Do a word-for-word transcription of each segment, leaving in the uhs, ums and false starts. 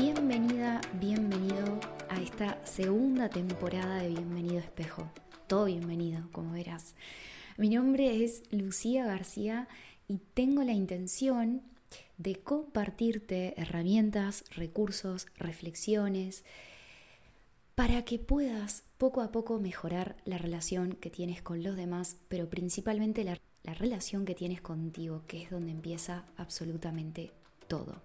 Bienvenida, bienvenido a esta segunda temporada de Bienvenido Espejo. Todo bienvenido, como verás. Mi nombre es Lucía García y tengo la intención de compartirte herramientas, recursos, reflexiones para que puedas poco a poco mejorar la relación que tienes con los demás, pero principalmente la, la relación que tienes contigo, que es donde empieza absolutamente todo.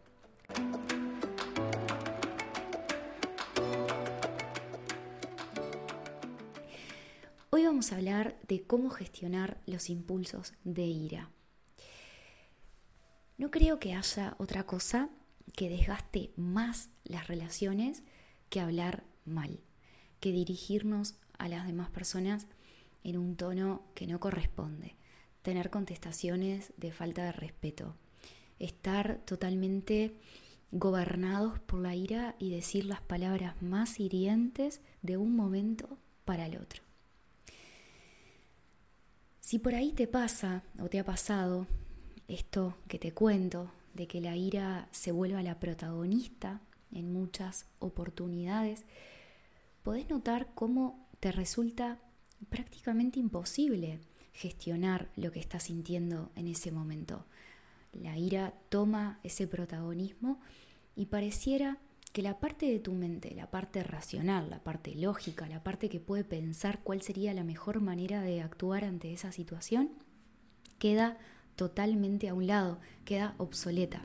Hoy vamos a hablar de cómo gestionar los impulsos de ira. No creo que haya otra cosa que desgaste más las relaciones que hablar mal, que dirigirnos a las demás personas en un tono que no corresponde, tener contestaciones de falta de respeto, estar totalmente gobernados por la ira y decir las palabras más hirientes de un momento para el otro. Si por ahí te pasa o te ha pasado esto que te cuento, de que la ira se vuelva la protagonista en muchas oportunidades, podés notar cómo te resulta prácticamente imposible gestionar lo que estás sintiendo en ese momento. La ira toma ese protagonismo y pareciera que la parte de tu mente, la parte racional, la parte lógica, la parte que puede pensar cuál sería la mejor manera de actuar ante esa situación, queda totalmente a un lado, queda obsoleta.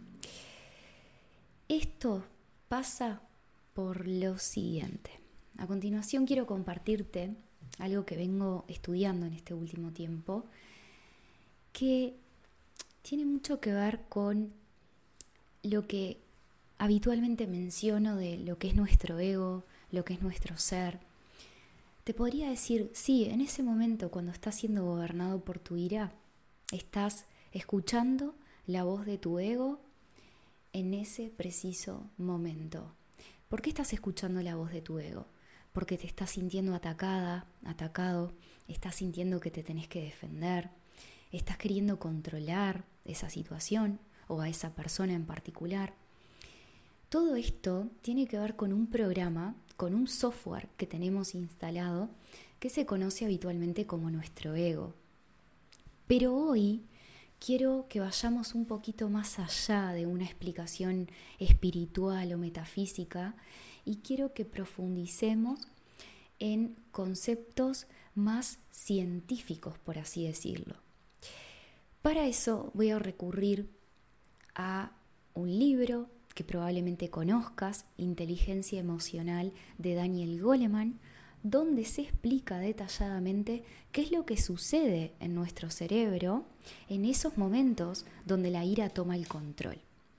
Esto pasa por lo siguiente. A continuación quiero compartirte algo que vengo estudiando en este último tiempo, que tiene mucho que ver con lo que habitualmente menciono de lo que es nuestro ego, lo que es nuestro ser. Te podría decir, sí, en ese momento cuando estás siendo gobernado por tu ira, estás escuchando la voz de tu ego en ese preciso momento. ¿Por qué estás escuchando la voz de tu ego? Porque te estás sintiendo atacada, atacado, estás sintiendo que te tenés que defender, estás queriendo controlar esa situación o a esa persona en particular. Todo esto tiene que ver con un programa, con un software que tenemos instalado que se conoce habitualmente como nuestro ego. Pero hoy quiero que vayamos un poquito más allá de una explicación espiritual o metafísica y quiero que profundicemos en conceptos más científicos, por así decirlo. Para eso voy a recurrir a un libro que probablemente conozcas, Inteligencia Emocional, de Daniel Goleman, donde se explica detalladamente qué es lo que sucede en nuestro cerebro en esos momentos donde la ira toma el control.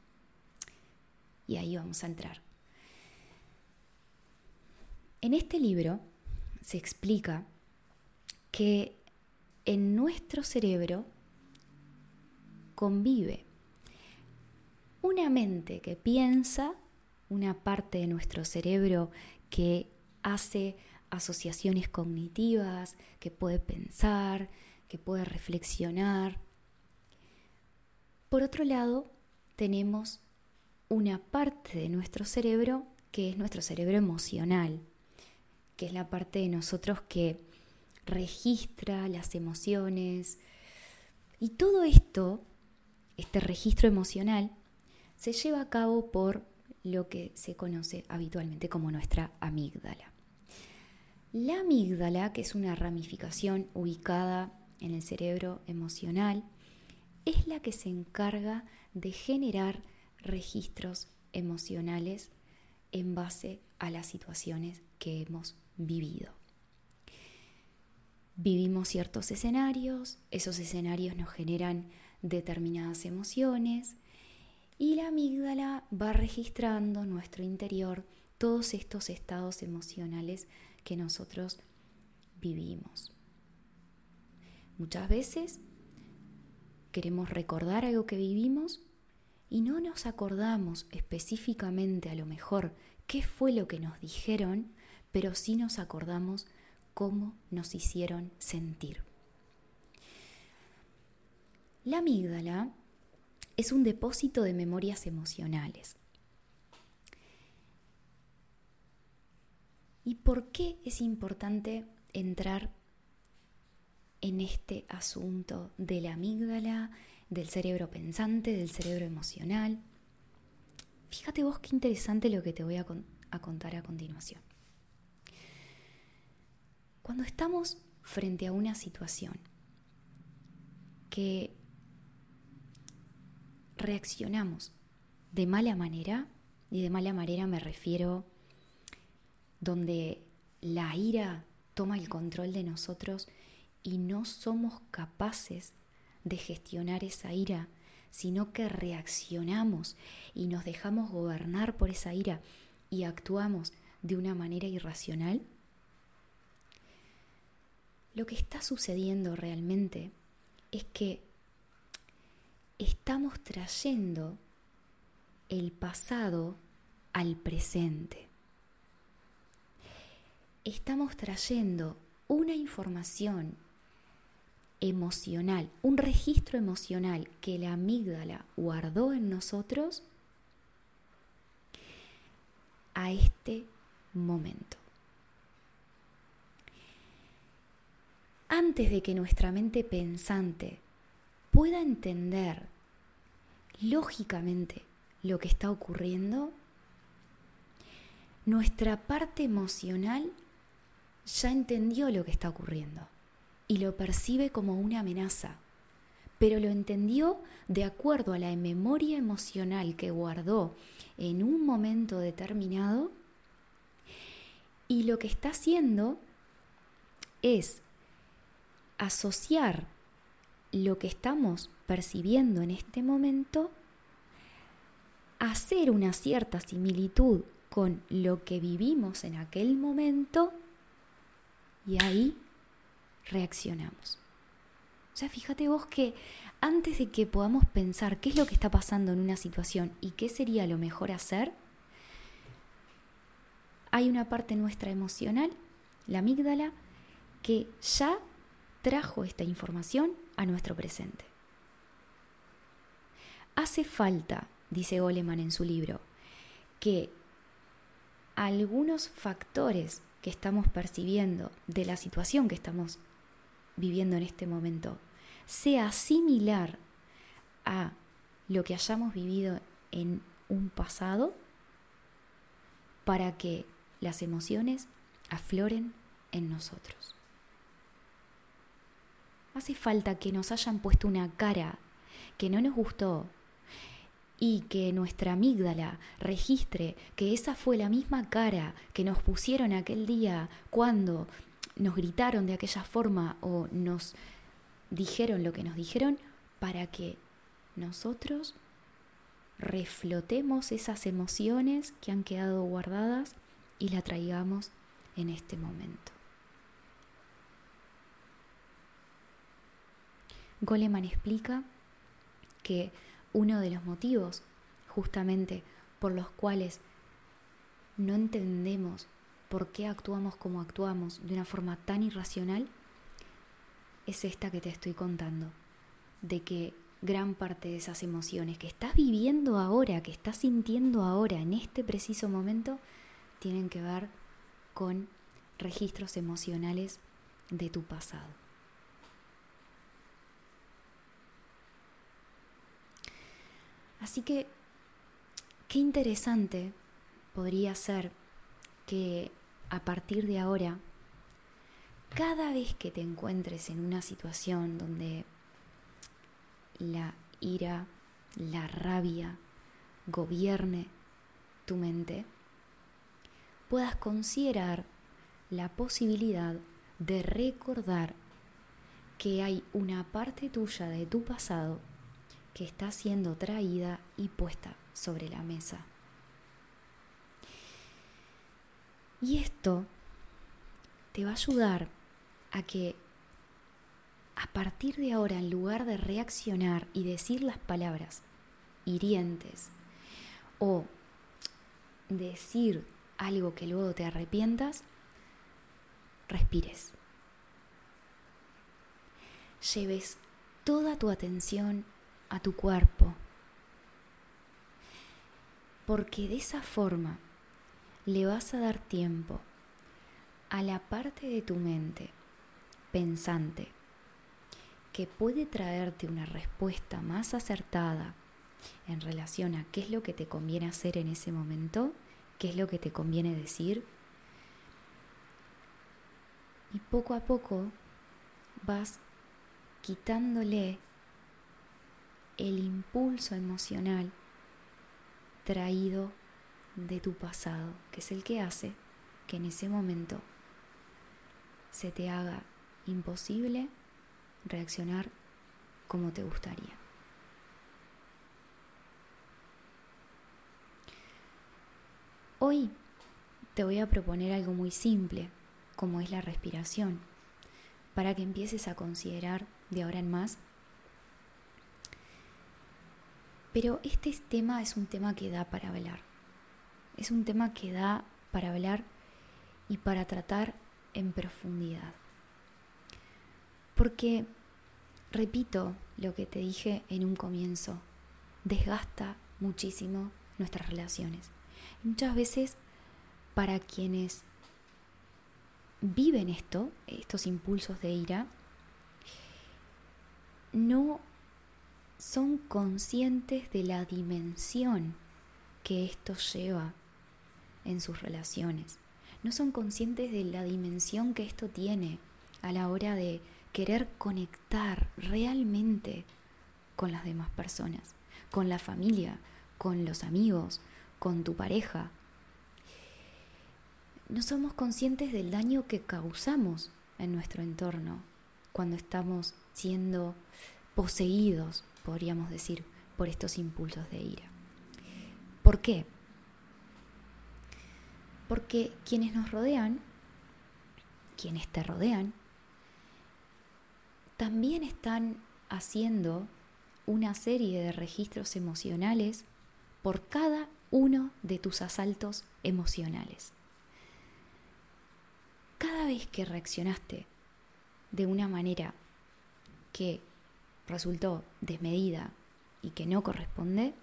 Y ahí vamos a entrar. En este libro se explica que en nuestro cerebro convive una mente que piensa, una parte de nuestro cerebro que hace asociaciones cognitivas, que puede pensar, que puede reflexionar. Por otro lado, tenemos una parte de nuestro cerebro que es nuestro cerebro emocional, que es la parte de nosotros que registra las emociones. Y todo esto, este registro emocional, se lleva a cabo por lo que se conoce habitualmente como nuestra amígdala. La amígdala, que es una ramificación ubicada en el cerebro emocional, es la que se encarga de generar registros emocionales en base a las situaciones que hemos vivido. Vivimos ciertos escenarios, esos escenarios nos generan determinadas emociones, y la amígdala va registrando en nuestro interior todos estos estados emocionales que nosotros vivimos. Muchas veces queremos recordar algo que vivimos y no nos acordamos específicamente a lo mejor qué fue lo que nos dijeron, pero sí nos acordamos cómo nos hicieron sentir. La amígdala es un depósito de memorias emocionales. ¿Y por qué es importante entrar en este asunto de la amígdala, del cerebro pensante, del cerebro emocional? Fíjate vos qué interesante lo que te voy a, con- a contar a continuación. Cuando estamos frente a una situación que reaccionamos de mala manera, y de mala manera me refiero donde la ira toma el control de nosotros y no somos capaces de gestionar esa ira, sino que reaccionamos y nos dejamos gobernar por esa ira y actuamos de una manera irracional. Lo que está sucediendo realmente es que estamos trayendo el pasado al presente. Estamos trayendo una información emocional, un registro emocional que la amígdala guardó en nosotros a este momento. Antes de que nuestra mente pensante pueda entender lógicamente lo que está ocurriendo, nuestra parte emocional ya entendió lo que está ocurriendo y lo percibe como una amenaza, pero lo entendió de acuerdo a la memoria emocional que guardó en un momento determinado, y lo que está haciendo es asociar lo que estamos percibiendo en este momento, hacer una cierta similitud con lo que vivimos en aquel momento, y ahí reaccionamos. O sea, fíjate vos que antes de que podamos pensar qué es lo que está pasando en una situación y qué sería lo mejor hacer, hay una parte nuestra emocional, la amígdala, que ya trajo esta información a nuestro presente. Hace falta, dice Goleman en su libro, que algunos factores que estamos percibiendo de la situación que estamos viviendo en este momento sea similar a lo que hayamos vivido en un pasado para que las emociones afloren en nosotros. Hace falta que nos hayan puesto una cara que no nos gustó y que nuestra amígdala registre que esa fue la misma cara que nos pusieron aquel día cuando nos gritaron de aquella forma o nos dijeron lo que nos dijeron, para que nosotros reflotemos esas emociones que han quedado guardadas y la traigamos en este momento. Goleman explica que uno de los motivos justamente por los cuales no entendemos por qué actuamos como actuamos de una forma tan irracional es esta que te estoy contando, de que gran parte de esas emociones que estás viviendo ahora, que estás sintiendo ahora en este preciso momento, tienen que ver con registros emocionales de tu pasado. Así que, qué interesante podría ser que a partir de ahora, cada vez que te encuentres en una situación donde la ira, la rabia gobierne tu mente, puedas considerar la posibilidad de recordar que hay una parte tuya de tu pasado que está siendo traída y puesta sobre la mesa. Y esto te va a ayudar a que a partir de ahora, en lugar de reaccionar y decir las palabras hirientes o decir algo que luego te arrepientas, respires. Lleves toda tu atención a tu cuerpo, porque de esa forma le vas a dar tiempo a la parte de tu mente pensante que puede traerte una respuesta más acertada en relación a qué es lo que te conviene hacer en ese momento, qué es lo que te conviene decir. Y poco a poco vas quitándole el impulso emocional traído de tu pasado, que es el que hace que en ese momento se te haga imposible reaccionar como te gustaría. Hoy te voy a proponer algo muy simple, como es la respiración, para que empieces a considerar de ahora en más. Pero este tema es un tema que da para hablar. Es un tema que da para hablar y para tratar en profundidad. Porque, repito lo que te dije en un comienzo, desgasta muchísimo nuestras relaciones. Y muchas veces, para quienes viven esto, estos impulsos de ira, no son conscientes de la dimensión que esto lleva en sus relaciones. No son conscientes de la dimensión que esto tiene a la hora de querer conectar realmente con las demás personas, con la familia, con los amigos, con tu pareja. No somos conscientes del daño que causamos en nuestro entorno cuando estamos siendo poseídos, podríamos decir, por estos impulsos de ira. ¿Por qué? Porque quienes nos rodean, quienes te rodean, también están haciendo una serie de registros emocionales por cada uno de tus asaltos emocionales. Cada vez que reaccionaste de una manera que resultó desmedida y que no corresponde,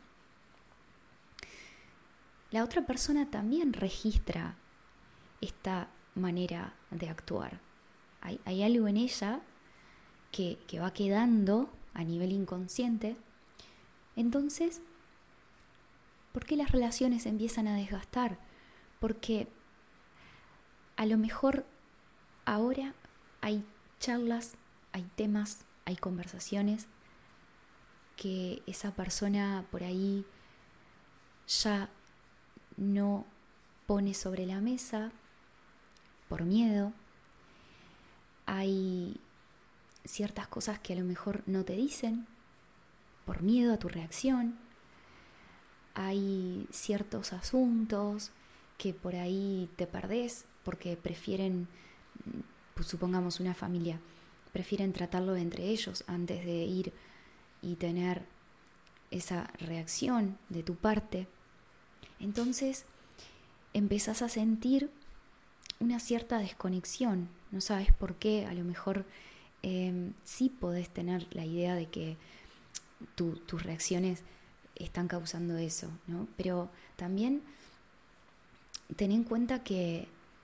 la otra persona también registra esta manera de actuar. Hay, hay algo en ella que, que va quedando a nivel inconsciente. Entonces, ¿por qué las relaciones empiezan a desgastar? Porque a lo mejor ahora hay charlas, hay temas, hay conversaciones que esa persona por ahí ya no pone sobre la mesa por miedo. Hay ciertas cosas que a lo mejor no te dicen por miedo a tu reacción. Hay ciertos asuntos que por ahí te perdés porque prefieren, pues supongamos una familia, prefieren tratarlo entre ellos antes de ir y tener esa reacción de tu parte. Entonces empezás a sentir una cierta desconexión, no sabes por qué, a lo mejor eh, sí podés tener la idea de que tu, tus reacciones están causando eso, ¿no? Pero también ten en cuenta que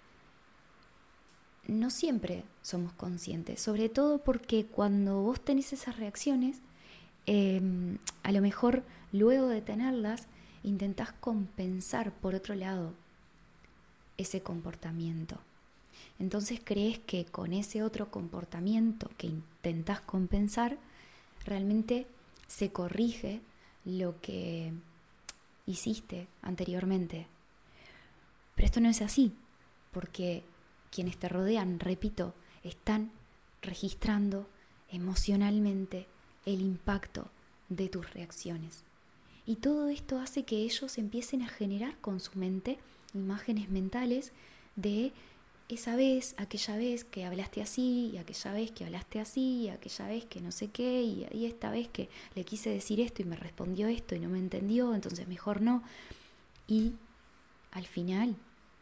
no siempre somos conscientes, sobre todo porque cuando vos tenés esas reacciones, eh, a lo mejor luego de tenerlas, intentás compensar por otro lado ese comportamiento. Entonces crees que con ese otro comportamiento que intentás compensar, realmente se corrige lo que hiciste anteriormente. Pero esto no es así, porque quienes te rodean, repito, están registrando emocionalmente el impacto de tus reacciones. Y todo esto hace que ellos empiecen a generar con su mente imágenes mentales de esa vez, aquella vez que hablaste así, y aquella vez que hablaste así, y aquella vez que no sé qué, y, y esta vez que le quise decir esto y me respondió esto y no me entendió, entonces mejor no. Y al final,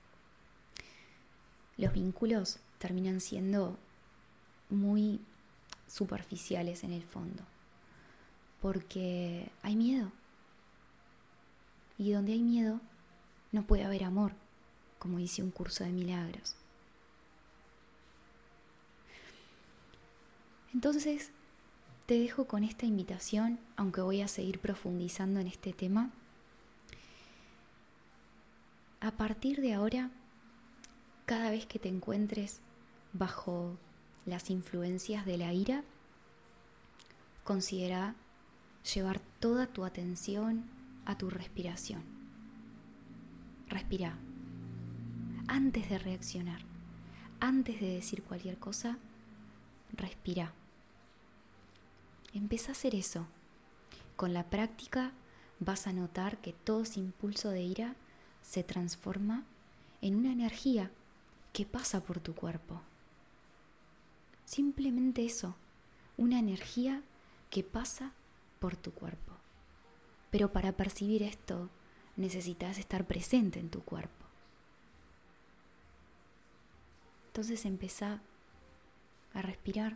los vínculos terminan siendo muy superficiales en el fondo, porque hay miedo. Y donde hay miedo, no puede haber amor, como dice un curso de milagros. Entonces, te dejo con esta invitación, aunque voy a seguir profundizando en este tema. A partir de ahora, cada vez que te encuentres bajo las influencias de la ira, considera llevar toda tu atención a tu respiración. Respira. Antes de reaccionar, antes de decir cualquier cosa, respira. Empieza a hacer eso. Con la práctica vas a notar que todo ese impulso de ira se transforma en una energía que pasa por tu cuerpo. Simplemente eso, una energía que pasa por tu cuerpo. Pero para percibir esto, necesitas estar presente en tu cuerpo. Entonces empieza a respirar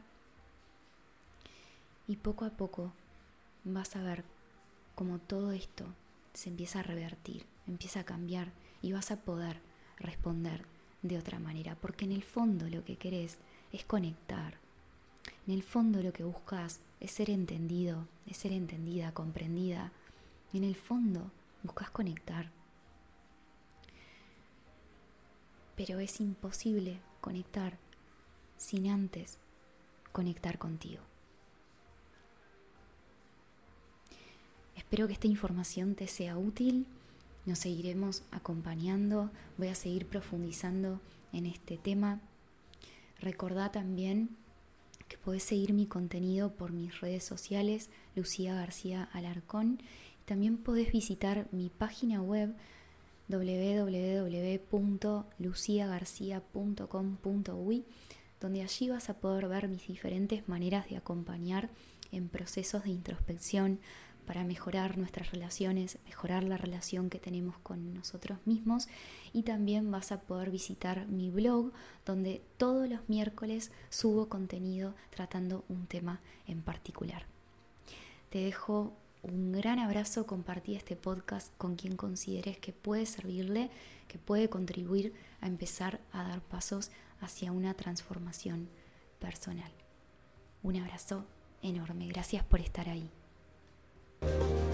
y poco a poco vas a ver cómo todo esto se empieza a revertir, empieza a cambiar y vas a poder responder de otra manera, porque en el fondo lo que querés es conectar. En el fondo lo que buscas es ser entendido, es ser entendida, comprendida. En el fondo buscas conectar. Pero es imposible conectar sin antes conectar contigo. Espero que esta información te sea útil. Nos seguiremos acompañando. Voy a seguir profundizando en este tema. Recordá también que podés seguir mi contenido por mis redes sociales, Lucía García Alarcón. También podés visitar mi página web doble u doble u doble u punto lucia garcía punto com punto uy, donde allí vas a poder ver mis diferentes maneras de acompañar en procesos de introspección para mejorar nuestras relaciones, mejorar la relación que tenemos con nosotros mismos, y también vas a poder visitar mi blog, donde todos los miércoles subo contenido tratando un tema en particular. Te dejo un gran abrazo. Compartí este podcast con quien consideres que puede servirle, que puede contribuir a empezar a dar pasos hacia una transformación personal. Un abrazo enorme. Gracias por estar ahí.